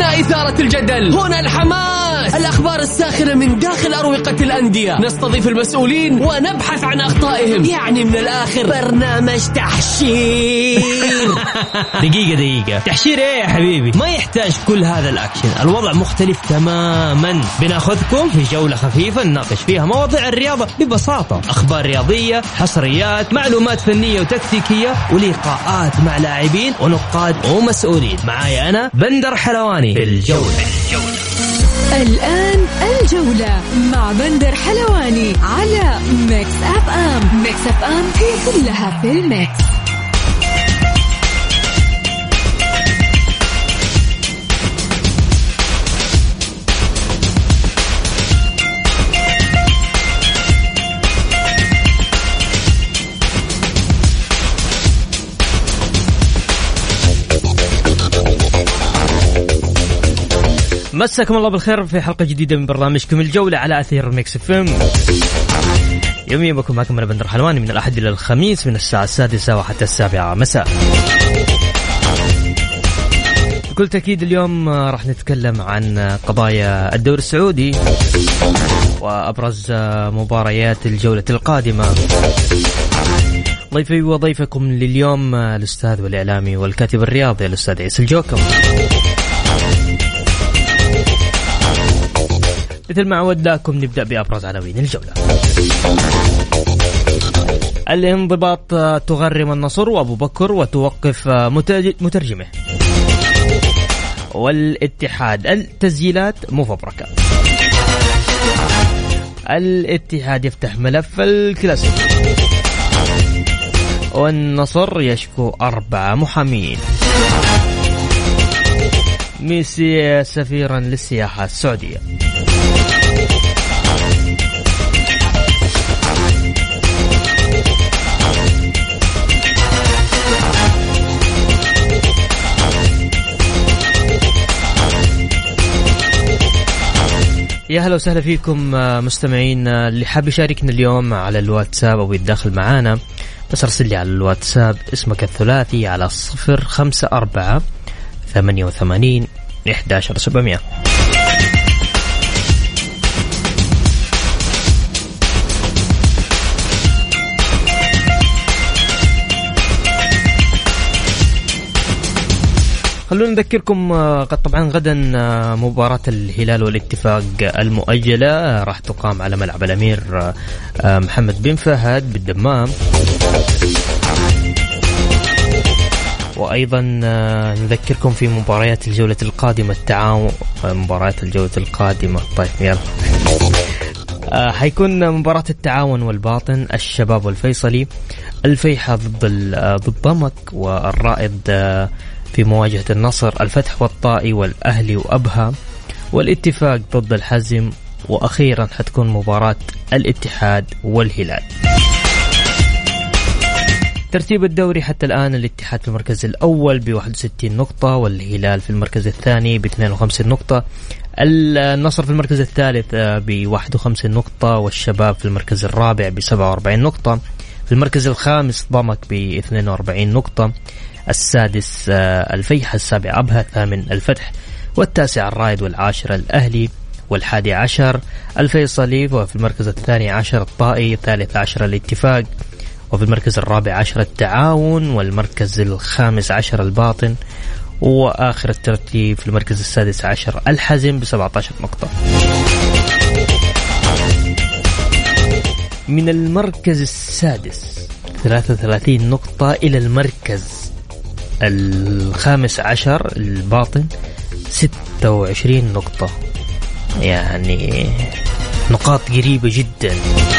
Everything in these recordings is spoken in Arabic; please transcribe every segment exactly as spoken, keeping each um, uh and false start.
هنا إثارة الجدل، هنا الحماس، الأخبار الساخنة من داخل أروقة الأندية، نستضيف المسؤولين ونبحث عن أخطائهم. يعني من الآخر برنامج تحشير. دقيقة دقيقة، تحشير ايه يا حبيبي؟ ما يحتاج كل هذا الأكشن، الوضع مختلف تماما. بناخذكم في جولة خفيفة نناقش فيها مواضيع الرياضة ببساطة، أخبار رياضية، حصريات، معلومات فنية وتكتيكية، ولقاءات مع لاعبين ونقاد ومسؤولين. معايا أنا بندر حلواني في الجولة. الآن الجولة مع بندر حلواني على ميكس أف أم. ميكس أف أم هي كلها في الميكس. مساكم الله بالخير في حلقة جديدة من برنامجكم الجولة على أثير ميكس اف ام. يوميا بكون معكم أنا بندر حلواني من الأحد إلى الخميس من الساعة السادسة وحتى السابعة مساء. بكل تأكيد اليوم راح نتكلم عن قضايا الدوري السعودي وأبرز مباريات الجولة القادمة. ضيفي وضيفكم لليوم الأستاذ والإعلامي والكاتب الرياضي الأستاذ عيسى الجوكم. مثل ما عودناكم نبدأ بأبرز عناوين الجولة. الانضباط تغرم النصر وأبو بكر وتوقف مترجمه. والاتحاد التسجيلات مفبركة. الاتحاد يفتح ملف الكلاسيكو. والنصر يشكو أربعة محامين. ميسي سفيرا للسياحة السعودية. يا هلا وسهلا فيكم مستمعين. اللي حاب يشاركنا اليوم على الواتساب أو يتداخل معانا بس أرسل لي على الواتساب اسمك الثلاثي على صفر خمسة أربعة ثمانية وثمانين إحدى عشر سبعمية. خلونا نذكركم قد طبعا غدا مباراة الهلال والاتفاق المؤجلة راح تقام على ملعب الأمير محمد بن فهد بالدمام. وأيضا نذكركم في مباريات الجولة القادمة التعاون. مباريات الجولة القادمة طيب يلا حيكون مباراة التعاون والباطن، الشباب والفيصلي، الفيحة ضد ضد ضمك، والرائد في مواجهة النصر، الفتح والطائي والأهلي وأبها، والاتفاق ضد الحزم، وأخيرا حتكون مباراة الاتحاد والهلال. ترتيب الدوري حتى الآن الاتحاد في المركز الأول بواحد وستين نقطة، والهلال في المركز الثاني باثنين وخمسين نقطة، النصر في المركز الثالث بواحد وخمسين نقطة، والشباب في المركز الرابع بسبعة وأربعين نقطة، في المركز الخامس ضمك باثنين وأربعين نقطة، السادس الفيحة، السابع أبها، الثامن الفتح، والتاسع الرائد، والعاشر الأهلي، والحادي عشر الفيصلي، وفي المركز الثاني عشر الطائي، الثالث عشر الاتفاق، وفي المركز الرابع عشر التعاون، والمركز الخامس عشر الباطن، وآخر الترتيب في المركز السادس عشر الحزم بسبعة عشر نقطة. من المركز السادس ثلاثة وثلاثين نقطة إلى المركز الخامس عشر الباطن ستة وعشرين نقطة، يعني نقاط قريبة جدا.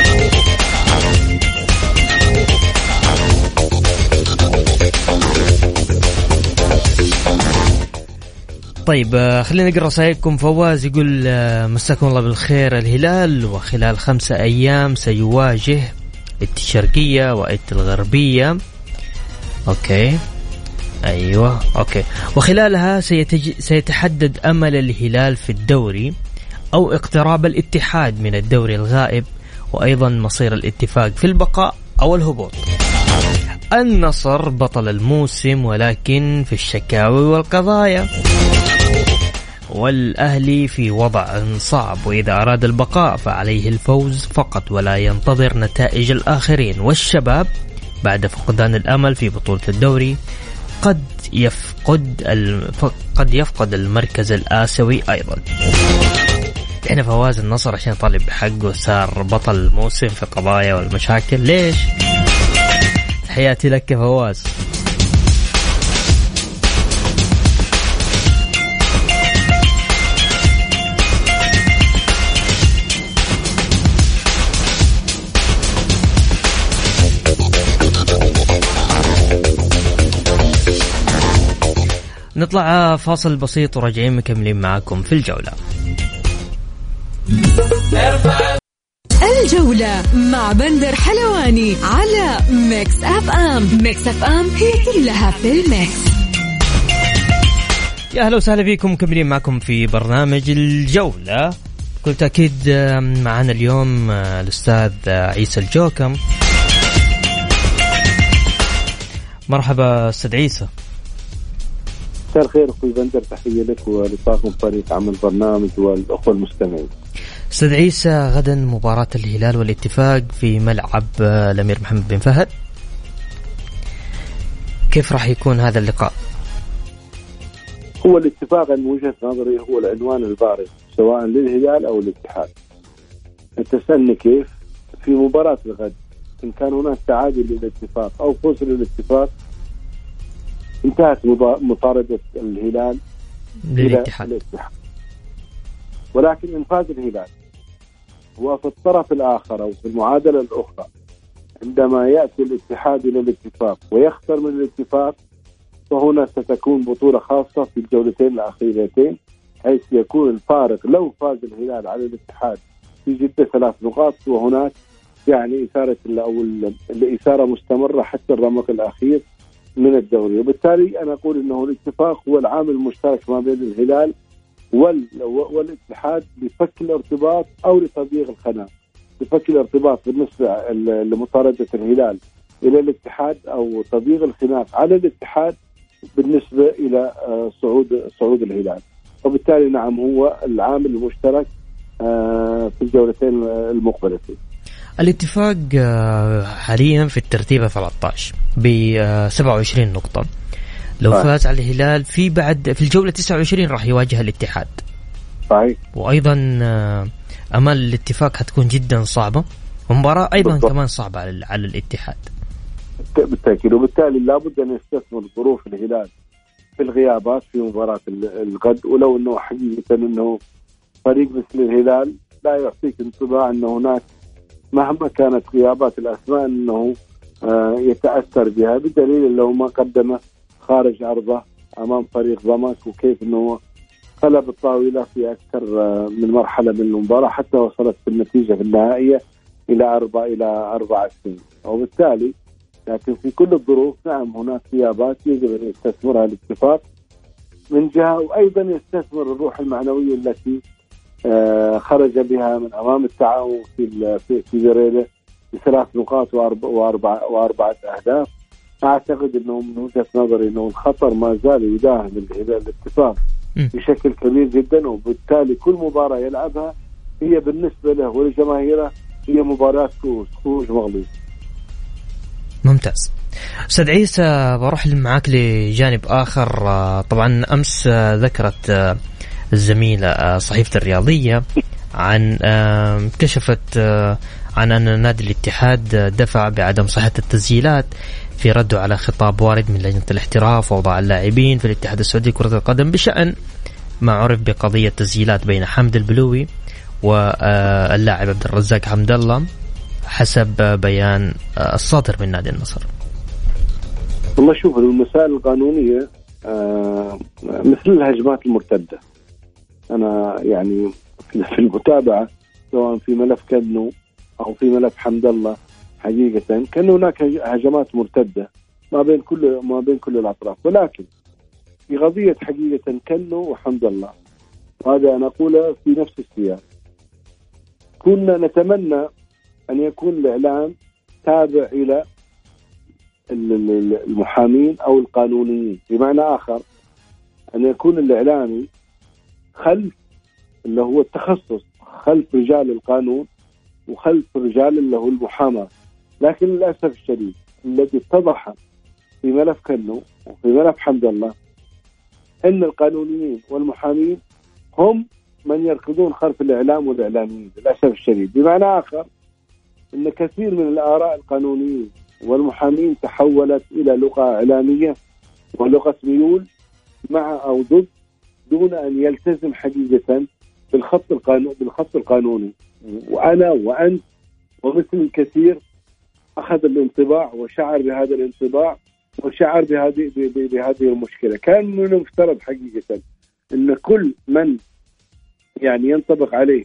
طيب خلينا نقرأ رسائلكم. فواز يقول مساكم الله بالخير، الهلال وخلال خمسة أيام سيواجه الشرقية وإت الغربية. أوكي أيوة أوكي وخلالها سيتج... سيتحدد أمل الهلال في الدوري أو اقتراب الاتحاد من الدوري الغائب، وأيضا مصير الاتفاق في البقاء أو الهبوط. النصر بطل الموسم ولكن في الشكاوي والقضايا. والأهلي في وضع صعب، وإذا أراد البقاء فعليه الفوز فقط ولا ينتظر نتائج الآخرين. والشباب بعد فقدان الأمل في بطولة الدوري قد يفقد قد يفقد المركز الآسيوي أيضا. هنا فواز النصر عشان يطالب بحقه صار بطل الموسم في القضايا والمشاكل. ليش؟ تحياتي لك يا فواز. نطلع فاصل بسيط وراجعين مكملين معاكم في الجولة. الجولة مع بندر حلواني على ميكس أف أم. ميكس أف أم هي كلها في الميكس. يا أهلا وسهلا فيكم، مكملين معكم في برنامج الجولة. كل تأكيد معنا اليوم الأستاذ عيسى الجوكم. مرحبا أستاذ عيسى. مساء الخير أخوي بندر، تحية لك ولطاقم فريق عمل البرنامج والأخوة المستمعين. أستاذ عيسى، غدا مباراة الهلال والاتفاق في ملعب الأمير محمد بن فهد، كيف راح يكون هذا اللقاء؟ هو الاتفاق من وجهة نظري هو العنوان البارز سواء للهلال أو الاتحاد. أنت تسألني كيف في مباراة الغد إن كان هناك تعادل للاتفاق أو فوز للاتفاق انتهت مطاردة الهلال للاتحاد، ولكن إن فاز الهلال وفي الطرف الآخر أو في المعادلة الأخرى عندما يأتي الاتحاد إلى الاتفاق ويخسر من الاتفاق، فهنا ستكون بطولة خاصة في الجولتين الأخيرتين، حيث يكون الفارق لو فاز الهلال على الاتحاد في جدة ثلاث نقاط، وهناك يعني إثارة أو الإثارة مستمرة حتى الرمق الأخير من الدوري. وبالتالي أنا أقول أنه الاتفاق هو العامل المشترك ما بين الهلال والاتحاد لفك الارتباط أو لتضييق الخناق، لفك الارتباط بالنسبة لمطاردة الهلال إلى الاتحاد أو تضييق الخناق على الاتحاد بالنسبة إلى صعود صعود الهلال. وبالتالي نعم هو العامل المشترك في الجولتين المقبلتين. الاتفاق حاليا في الترتيب ثلاثة عشر ب سبعة وعشرين نقطة. لو صحيح. فاز على الهلال في بعد في الجولة تسعة وعشرين راح يواجه الاتحاد. صحيح. وأيضا أمال الاتفاق هتكون جدا صعبة، ومباراة أيضا بالضبط. كمان صعبة على على الاتحاد بالتأكيد. وبالتالي لابد أن يستثمر ظروف الهلال في الغيابات في مباراة الغد، ولو أنه حقيقة أنه فريق مثل الهلال لا يعطيك انطباع أنه هناك مهما كانت غيابات الأسماء أنه يتأثر بها، بدليل لو ما قدمه خارج أرضه أمام فريق ضمك، وكيف أنه قلب الطاولة في أكثر من مرحلة من المباراة حتى وصلت في النتيجة في النهائية إلى أربعة إلى أربعة سنين. وبالتالي لكن في كل الظروف نعم هناك غيابات يجب أن يستثمرها الاتفاق من جهة، وأيضا يستثمر الروح المعنوية التي خرج بها من أمام التعاون في في جريدة بثلاث نقاط وأربع وأربع وأربعة أهداف. أعتقد أنه من وجهة نظري أنه الخطر ما زال يداهم الاتفاق بشكل كبير جدا، وبالتالي كل مباراة يلعبها هي بالنسبة له ولجماهيره هي مباراة خروج مغلوب. ممتاز. أستاذ عيسى، بروح معاك لجانب آخر. طبعا أمس ذكرت الزميلة صحيفة الرياضية عن كشفت عن أن نادي الاتحاد دفع بعدم صحة التسجيلات في رده على خطاب وارد من لجنة الاحتراف ووضع اللاعبين في الاتحاد السعودي لكرة القدم بشأن ما عرف بقضية تسجيلات بين حمد البلوي واللاعب عبد الرزاق حمد الله حسب بيان الصادر من نادي النصر. والله شوف، المسائل القانونية مثل الهجمات المرتدة، أنا يعني في المتابعة سواء في ملف كنو أو في ملف حمد الله حقيقة كان هناك هجمات مرتدة ما بين كل ما بين كل الأطراف، ولكن في قضية حقيقة كنو وحمد الله، وهذا أنا أقوله في نفس السياق، كنا نتمنى أن يكون الإعلام تابع إلى المحامين أو القانونيين، بمعنى آخر أن يكون الإعلامي خلف اللي هو التخصص، خلف رجال القانون وخلف رجال اللي هو المحاماة. لكن للأسف الشديد الذي اتضح في ملف كنو وفي ملف حمد الله أن القانونيين والمحامين هم من يركضون خلف الإعلام والإعلاميين للأسف الشديد. بمعنى آخر أن كثير من الآراء القانونيين والمحامين تحولت إلى لغة إعلامية ولغة ميول مع أو ضد، دون أن يلتزم حقيقة بالخط القانون بالخط القانوني. وأنا وأنت ومثل الكثير أخذ الانطباع وشعر بهذا الانطباع وشعر بهذه بهذه المشكلة. كان من المفترض حقيقة أن كل من يعني ينطبق عليه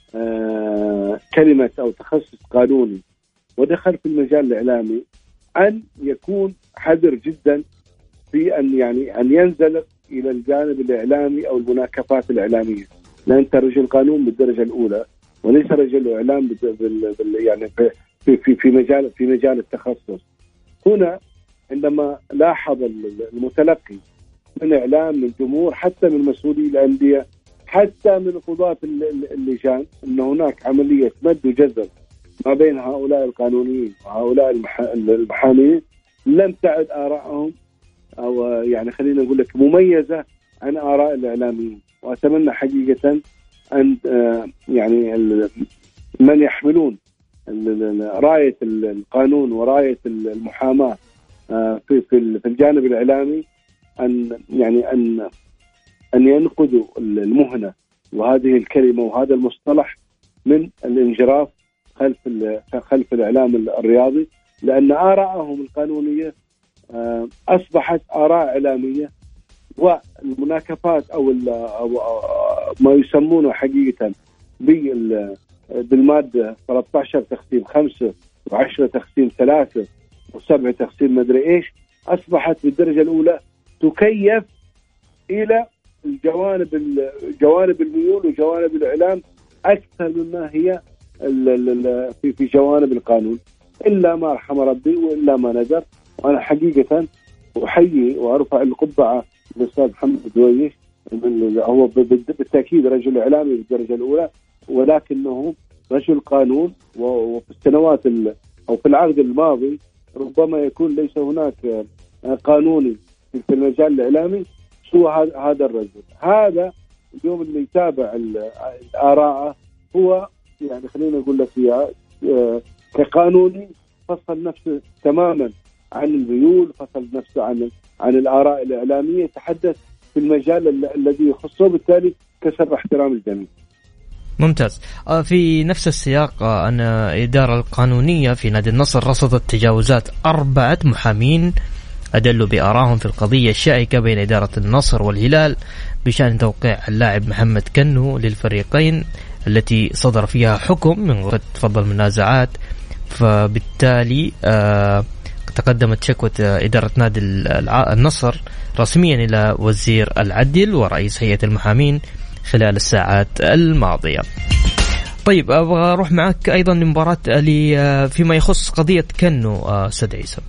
آه كلمة أو تخصص قانوني ودخل في المجال الإعلامي أن يكون حذر جدا في أن يعني أن ينزل إلى الجانب الإعلامي أو المناكفات الإعلامية. لا، أنت رجل قانون بالدرجة الأولى وليس رجل إعلام بال يعني في في في مجال في مجال التخصص. هنا عندما لاحظ المتلقي من إعلام من جمهور حتى من مسؤولي الأندية حتى من قضاة اللجان أن هناك عملية مد وجزر ما بين هؤلاء القانونيين وهؤلاء المحامين، لم تعد آراءهم أو يعني خلينا نقول لك مميزة عن آراء الإعلاميين. وأتمنى حقيقة أن يعني من يحملون راية القانون وراية المحاماة في في الجانب الإعلامي أن يعني أن أن ينقذوا المهنة وهذه الكلمة وهذا المصطلح من الانجراف خلف خلف الإعلام الرياضي، لأن آراءهم القانونية أصبحت آراء إعلامية، والمناكفات أو, أو ما يسمونه حقيقة بالمادة ثلاثة عشر تقسيم خمسة وعشرة تقسيم ثلاثة وسبعة تقسيم مدري إيش أصبحت بالدرجة الأولى تكيف إلى الجوانب جوانب الميول وجوانب الإعلام أكثر مما هي في في جوانب القانون، إلا ما رحم ربي وإلا ما نذر. وأنا حقيقة أحيي وأرفع القبعة للأستاذ محمد دويش، هو بالتأكيد رجل إعلامي بالدرجة الأولى ولكنه رجل قانون، وفي السنوات أو في العقد الماضي ربما يكون ليس هناك قانوني في المجال الإعلامي سوى هذا الرجل. هذا اليوم اللي يتابع الآراء هو يعني خلينا نقول لك فيها كقانوني فصل نفسه تماما عن الميول، فصل نفسه عن عن الآراء الإعلامية، تحدث في المجال الذي يخصه، بالتالي كسب احترام الجميع. ممتاز. في نفس السياق أن الإدارة القانونية في نادي النصر رصدت تجاوزات أربعة محامين أدلوا بآرائهم في القضية الشائكة بين إدارة النصر والهلال بشأن توقيع اللاعب محمد كنو للفريقين التي صدر فيها حكم من غرفة فض المنازعات. فبالتالي آه تقدمت شكوى إدارة نادي النصر رسميا إلى وزير العدل ورئيس هيئة المحامين خلال الساعات الماضية. طيب أبغى أروح معك أيضا لمباراة فيما يخص قضية كنو أستاذ عيسى.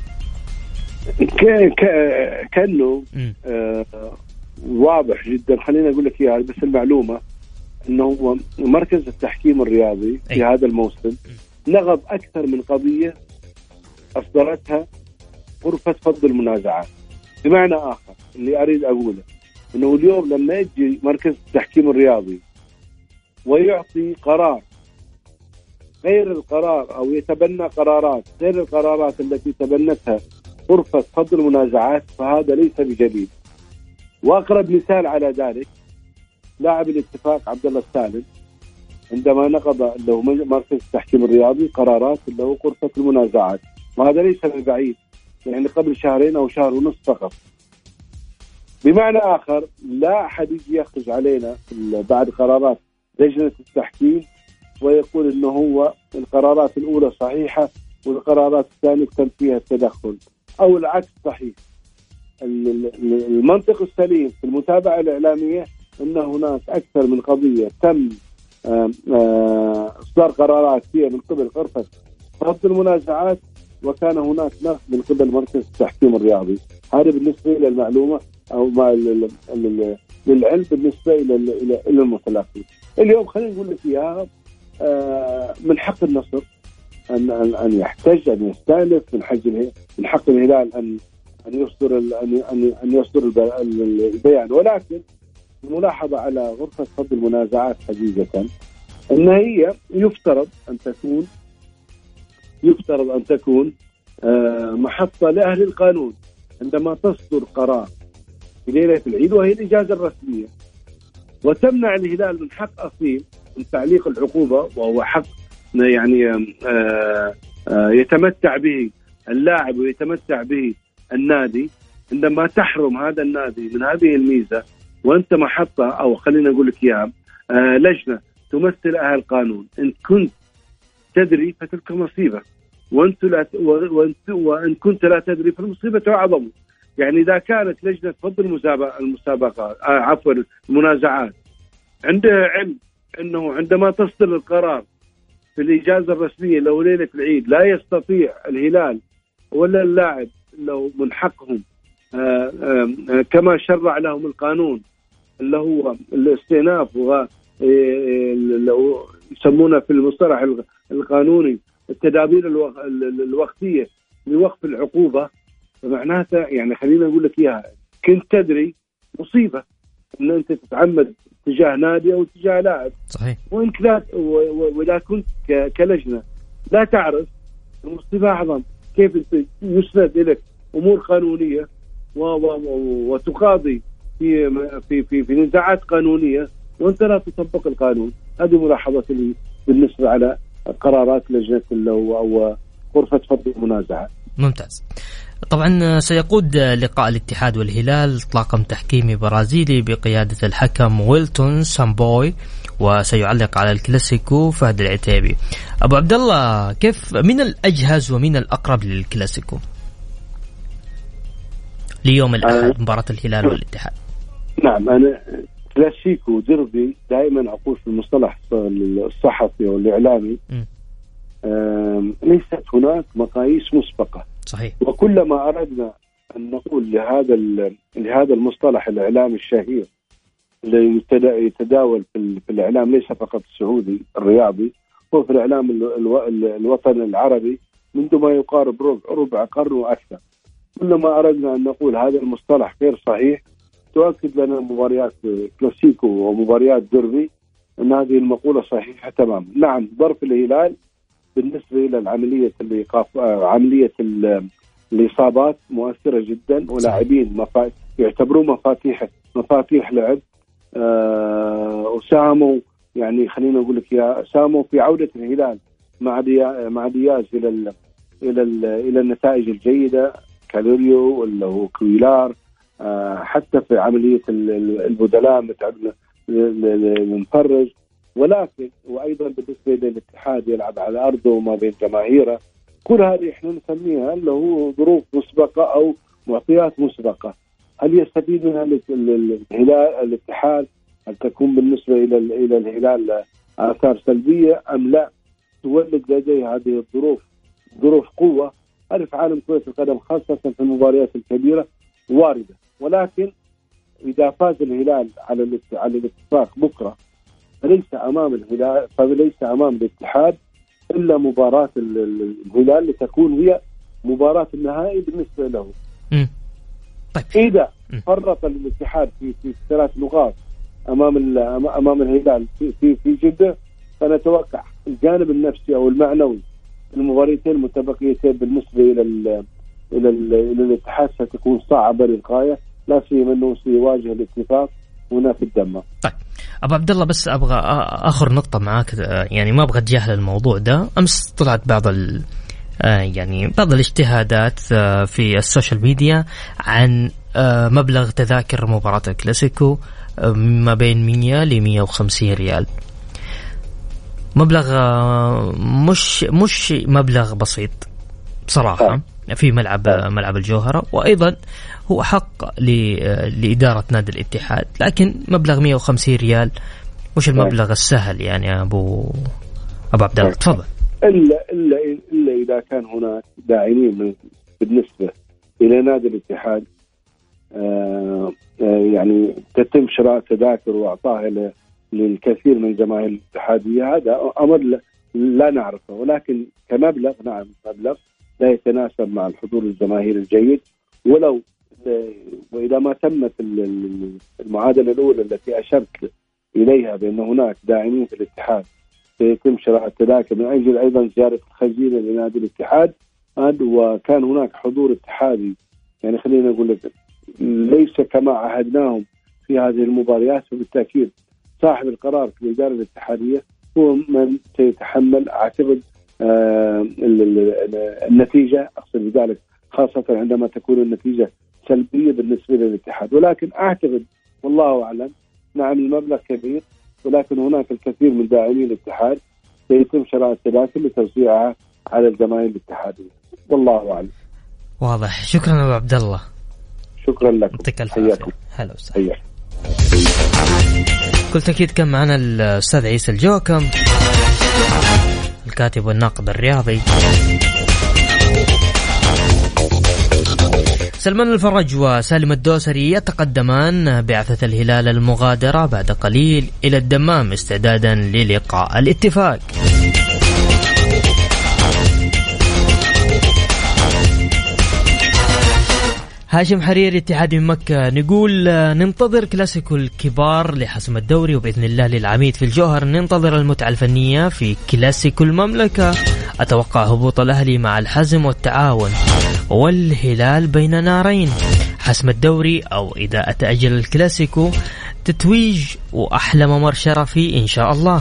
كنو آه واضح جدا، خلينا أقول لك إياها بس المعلومة أنه مركز التحكيم الرياضي في أي. هذا الموسم نغض أكثر من قضية أصدرتها غرفة فض المنازعات. بمعنى آخر اللي أريد أقوله أنه اليوم لما يجي مركز التحكيم الرياضي ويعطي قرار غير القرار أو يتبنى قرارات غير القرارات التي تبنتها غرفة فض المنازعات، فهذا ليس بجديد. وأقرب مثال على ذلك لاعب الاتفاق عبد الله السالم عندما نقض له مركز التحكيم الرياضي قرارات له غرفة المنازعات، وهذا ليس بعيد، يعني قبل شهرين أو شهر ونصف فقط. بمعنى آخر لا أحد يجي يخرج علينا بعد قرارات لجنة التحكيم ويقول إنه هو القرارات الأولى صحيحة والقرارات الثانية تم فيها التدخل أو العكس صحيح. المنطق السليم في المتابعة الإعلامية أن هناك أكثر من قضية تم إصدار قرارات فيها من قبل غرفة فض المنازعات وكان هناك نقد من قبل مركز التحكيم الرياضي. هذا بالنسبة إلى المعلومة أو ما للعلم بالنسبة إلى إلى إلى المتلاقين. اليوم خلينا نقول لك إياها، من حق النصر أن أن أن يحتج، أن يستأنف، من حق من حق الهلال أن أن يصدر أن أن أن يصدر البيان. ولكن الملاحظة على غرفة فض المنازعات حقيقة أن هي يفترض أن تكون يفترض أن تكون محطة لأهل القانون عندما تصدر قرار في ليلة العيد وهي الإجازة الرسمية، وتمنع الهلال من حق أصيل من تعليق العقوبة، وهو حق يعني يتمتع به اللاعب ويتمتع به النادي. عندما تحرم هذا النادي من هذه الميزة وأنت محطة، أو خلينا نقول لك إياها لجنة تمثل أهل القانون، إن كنت تدري فتلك مصيبة، وأنت لا وأنت وإن كنت لا تدري فالمصيبة أعظم. يعني إذا كانت لجنة فض المسابقات آه عفوا المنازعات عندها علم أنه عندما تصدر القرار في الإجازة الرسمية لو ليلة العيد لا يستطيع الهلال ولا اللاعب لو من حقهم آآ آآ كما شرع لهم القانون اللي هو الاستئناف، لو يسمونه في المصطلح القانوني التدابير الوقتية لوقف العقوبة، فمعناتها يعني خلينا نقول لك إياها، كنت تدري مصيبة أن أنت تتعمد تجاه نادي أو تجاه لاعب. صحيح. وإنك لا وإذا كنت كلجنة لا تعرف المصيبة أعظم. كيف أنت يسند لك أمور قانونية وتقاضي في في في في نزاعات قانونية وأنت لا تطبق القانون؟ هذه ملاحظتي بالنسبة على قرارات لجنة أو غرفة فض المنازعة. ممتاز. طبعا سيقود لقاء الاتحاد والهلال طاقم تحكيمي برازيلي بقيادة الحكم ويلتون سامبوي، وسيعلق على الكلاسيكو فهد العتيبي. أبو عبد الله، كيف من الأجهز ومن الأقرب للكلاسيكو ليوم الأحد مباراة الهلال والاتحاد؟ نعم، أنا كلاسيكو ديربي دائما أقول في المصطلح الصحفي والإعلامي ليست هناك مقاييس مسبقة. صحيح. وكلما أردنا أن نقول لهذا لهذا المصطلح الإعلامي الشهير اللي يتداول في الإعلام ليس فقط السعودي الرياضي، هو في الإعلام الوطني العربي منذ ما يقارب ربع, ربع قرن وأكثر، كلما أردنا أن نقول هذا المصطلح غير صحيح تؤكد لنا مباريات كلاسيكو ومباريات ديربي أن هذه المقولة صحيحة تماما. نعم، ظرف الهلال بالنسبة إلى العملية الإيقاف عملية الإصابات مؤثرة جدا، ولاعبين مفا... يعتبروا مفاتيح مفاتيح لعب آه وساهموا، يعني خلينا نقول لك يا ساهموا في عودة الهلال مع ديا... مع دياز إلى ال... إلى ال... إلى النتائج الجيدة، كالوريو ولا هو كويلار آه حتى في عملية البدلاء متعبنا المفرج. ولكن وأيضا بالنسبة للاتحاد يلعب على أرضه وما بين جماهيره، كل هذه إحنا نسميها اللي هو ظروف مسبقة أو معطيات مسبقة. هل يستفيد منها الهلال الاتحاد؟ هل تكون بالنسبة إلى إلى الهلال آثار سلبية أم لا؟ تولد لديه هذه الظروف ظروف قوة. هذه في عالم كرة القدم خاصة في المباريات الكبيرة واردة، ولكن إذا فاز الهلال على على الاتفاق بكرة فليس أمام الهلال فليس أمام الاتحاد إلا مباراة الهلال لتكون هي مباراة النهائي بالنسبة له. م. طيب. إذا فرط الاتحاد في في ثلاث نقاط أمام أمام الهلال في في في جدة، فنتوقع الجانب النفسي أو المعنوي المباراتين المتبقيتين بالنسبة إلى ال إلى ال إلى الاتحاد ستكون صعبة للغاية، لا سيما أنه سيواجه الاتفاق هنا في الدمام. طيب أبو عبد الله، بس أبغى آخر نقطة معاك، يعني ما أبغى أتجاهل الموضوع ده. أمس طلعت بعض ال يعني بعض الاجتهادات في السوشيال ميديا عن مبلغ تذاكر مباراة الكلاسيكو ما بين مية لمية وخمسين ريال. مبلغ مش مش مبلغ بسيط بصراحة في ملعب ملعب الجوهرة، وأيضا هو حق لإدارة نادي الاتحاد، لكن مبلغ مية وخمسين ريال مش المبلغ السهل يعني أبو أبو عبد الله. تفضل. إلا إلا إلا إذا كان هناك داعمين بالنسبة إلى نادي الاتحاد يعني تتم شراء تذاكر وإعطائها للكثير من جماهير الاتحادية، هذا أمر لا نعرفه، ولكن كمبلغ نعم مبلغ لا يتناسب مع الحضور الجماهيري الجيد. ولو وإذا ما تمت المعادلة الأولى التي أشرت إليها بأن هناك داعمين في الاتحاد سيتم شراء التذاكر من أجل أيضا زيارة الخزينة لنادي الاتحاد، وكان هناك حضور اتحادي يعني خلينا نقول لك ليس كما عهدناهم في هذه المباريات، فبالتأكيد صاحب القرار في الإدارة الاتحادية هو من سيتحمل أعتقد آه النتيجة، أقصد بذلك خاصة عندما تكون النتيجة سلبية بالنسبة للاتحاد. ولكن أعتقد والله أعلم نعم المبلغ كبير، ولكن هناك الكثير من داعمين الاتحاد سيتم شراء التذاكر لتوزيعها على الجماهير الاتحادية، والله أعلم. واضح. شكرا أبو عبد الله. شكرا لك. يعطيك الف عافية. هلا وسهلا. كل تأكيد كان معنا الأستاذ عيسى الجوكم الكاتب والناقد الرياضي. سلمان الفرج وسالم الدوسري يتقدمان بعثة الهلال المغادرة بعد قليل إلى الدمام استعدادا للقاء الاتفاق. هاشم حريري اتحاد من مكة نقول ننتظر كلاسيكو الكبار لحسم الدوري، وبإذن الله للعميد في الجوهر ننتظر المتعة الفنية في كلاسيكو المملكة. أتوقع هبوط الأهلي مع الحزم والتعاون، والهلال بين نارين، حسم الدوري أو إذا أتأجل الكلاسيكو تتويج وأحلى ممر شرفي إن شاء الله.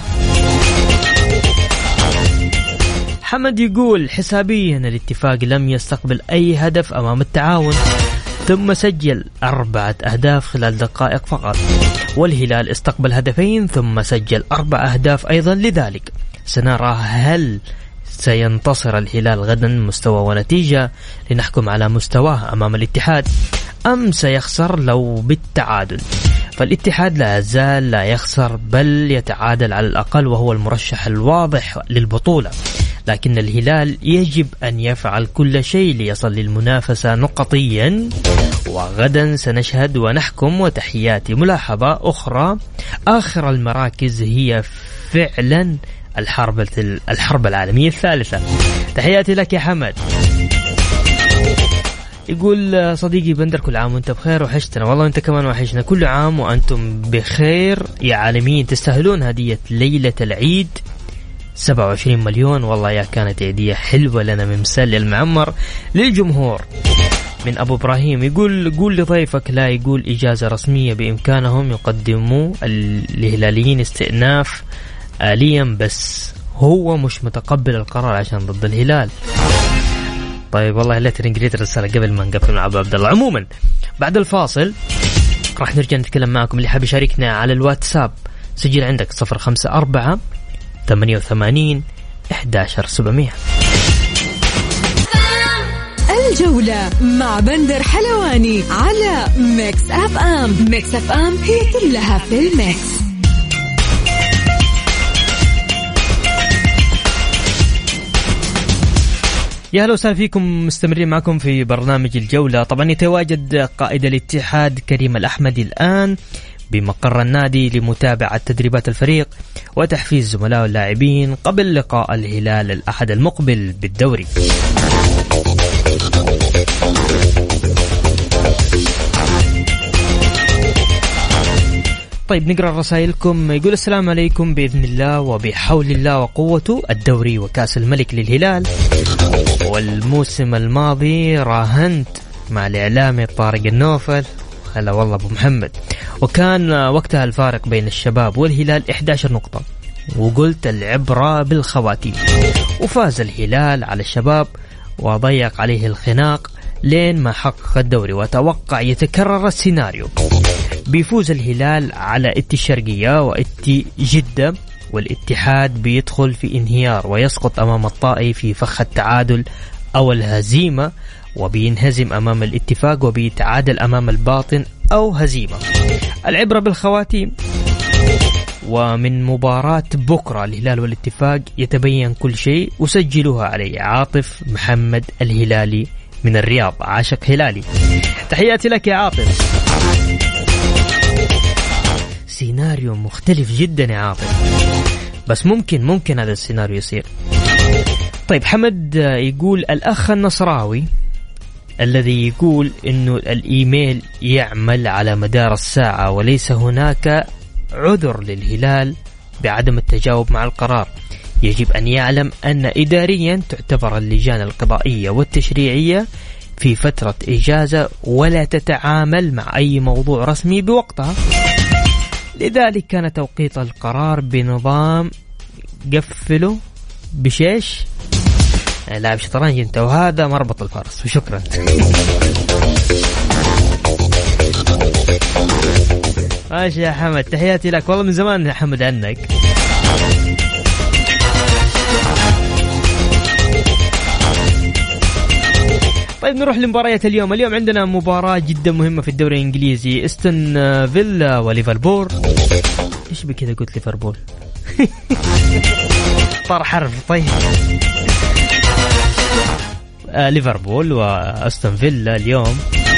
حمد يقول حسابيا الاتفاق لم يستقبل أي هدف أمام التعاون، ثم سجل أربعة أهداف خلال دقائق فقط، والهلال استقبل هدفين ثم سجل أربع أهداف أيضا. لذلك سنرى هل سينتصر الهلال غدا مستوى ونتيجة لنحكم على مستواه أمام الاتحاد، أم سيخسر لو بالتعادل. فالاتحاد لا يزال لا يخسر بل يتعادل على الأقل، وهو المرشح الواضح للبطولة، لكن الهلال يجب أن يفعل كل شيء ليصل للمنافسة نقطيا، وغدا سنشهد ونحكم. وتحياتي. ملاحظة أخرى، آخر المراكز هي فعلا الحرب الحرب العالمية الثالثة. تحياتي لك يا حمد. يقول صديقي بندر كل عام وانت بخير، وحشتنا والله انت كمان وحشنا، كل عام وانتم بخير يا عالمين، تستاهلون هدية ليلة العيد سبعة وعشرين مليون، والله يا كانت هدية حلوة لنا من مسل المعمر للجمهور. من أبو إبراهيم يقول قول لضيفك لا يقول إجازة رسمية، بإمكانهم يقدموا الهلاليين استئناف آليا، بس هو مش متقبل القرار عشان ضد الهلال. طيب والله لا تنقريت الرسالة قبل ما نقفل مع أبو عبد الله. عموما بعد الفاصل راح نرجع نتكلم معكم. اللي حاب يشاركنا على الواتساب سجل عندك صفر خمسة أربعة ثمانية وثمانين أحد عشر سبعمية. الجولة مع بندر حلواني على ميكس أف أم. ميكس أف أم هي كلها في الميكس. يا هلا وسهلا فيكم، مستمرين معكم في برنامج الجولة. طبعا يتواجد قائد الاتحاد كريم الأحمدي الآن بمقر النادي لمتابعة تدريبات الفريق وتحفيز زملاء اللاعبين قبل لقاء الهلال الأحد المقبل بالدوري. طيب نقرأ رسائلكم. يقول السلام عليكم، بإذن الله وبحول الله وقوته الدوري وكأس الملك للهلال. والموسم الماضي راهنت مع الإعلامي طارق النوفل، هلا والله أبو محمد، وكان وقتها الفارق بين الشباب والهلال إحدى عشرة نقطة، وقلت العبرة بالخواتيم، وفاز الهلال على الشباب وضيق عليه الخناق لين ما حقق الدوري. وأتوقع يتكرر السيناريو، بيفوز الهلال على اتي الشرقية واتي جدة، والاتحاد بيدخل في انهيار ويسقط أمام الطائي في فخ التعادل أو الهزيمة، وبينهزم أمام الاتفاق وبيتعادل أمام الباطن أو هزيمة. العبرة بالخواتيم. ومن مباراة بكرة الهلال والاتفاق يتبين كل شيء، وسجلوها علي عاطف محمد الهلالي من الرياض، عاشق هلالي. تحياتي لك يا عاطف. سيناريو مختلف جدا يا عاطف، بس ممكن ممكن هذا السيناريو يصير. طيب حمد يقول الأخ النصراوي الذي يقول إنه الإيميل يعمل على مدار الساعة وليس هناك عذر للهلال بعدم التجاوب مع القرار، يجب أن يعلم أن إداريا تعتبر اللجان القضائية والتشريعية في فترة إجازة ولا تتعامل مع أي موضوع رسمي بوقتها، لذلك كان توقيت القرار بنظام قفله بشيش لاعب شطرنج انت، وهذا مربط الفرس. وشكرا. ماشي يا حمد، تحياتي لك. والله من زمان يا حمد عنك. طيب نروح لمباريات اليوم. اليوم عندنا مباراة جدا مهمة في الدوري الإنجليزي، استون فيلا وليفربول. إيش بكذا قلت ليفربول؟ طار حرف. طيب آه ليفربول واستون فيلا اليوم.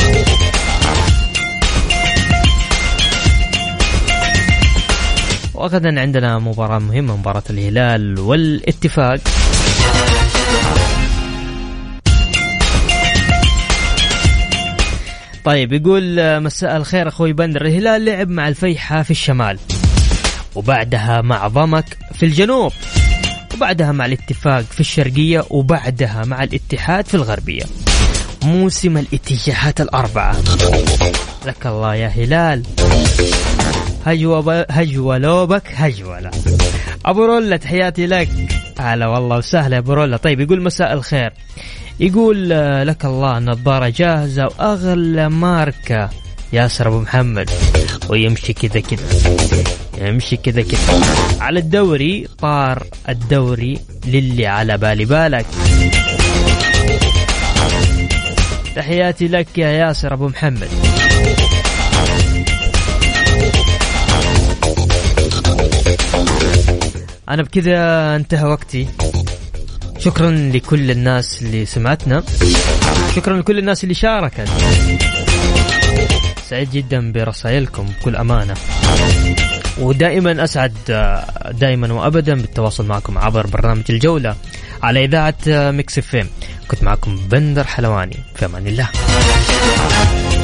وغدا عندنا مباراة مهمة، مباراة الهلال والاتفاق. طيب يقول مساء الخير أخوي بندر، الهلال لعب مع الفيحة في الشمال، وبعدها مع ضمك في الجنوب، وبعدها مع الاتفاق في الشرقية، وبعدها مع الاتحاد في الغربية. موسم الاتجاهات الأربعة. لك الله يا هلال، هجوة هجوة لوبك هجوة. أبو رولا تحياتي لك. هلا والله وسهلا أبو رولا. طيب يقول مساء الخير، يقول لك الله نظارة جاهزة وأغلى ماركة ياسر أبو محمد، ويمشي كذا كذا يمشي كذا كذا على الدوري. طار الدوري للي على بالي بالك. تحياتي لك يا ياسر أبو محمد. أنا بكذا انتهى وقتي. شكرا لكل الناس اللي سمعتنا، شكرا لكل الناس اللي شاركت. سعيد جدا برسائلكم بكل أمانة، ودائما أسعد دائما وأبدا بالتواصل معكم عبر برنامج الجولة على إذاعة ميكس اف ام. كنت معكم بندر حلواني، في أمان الله.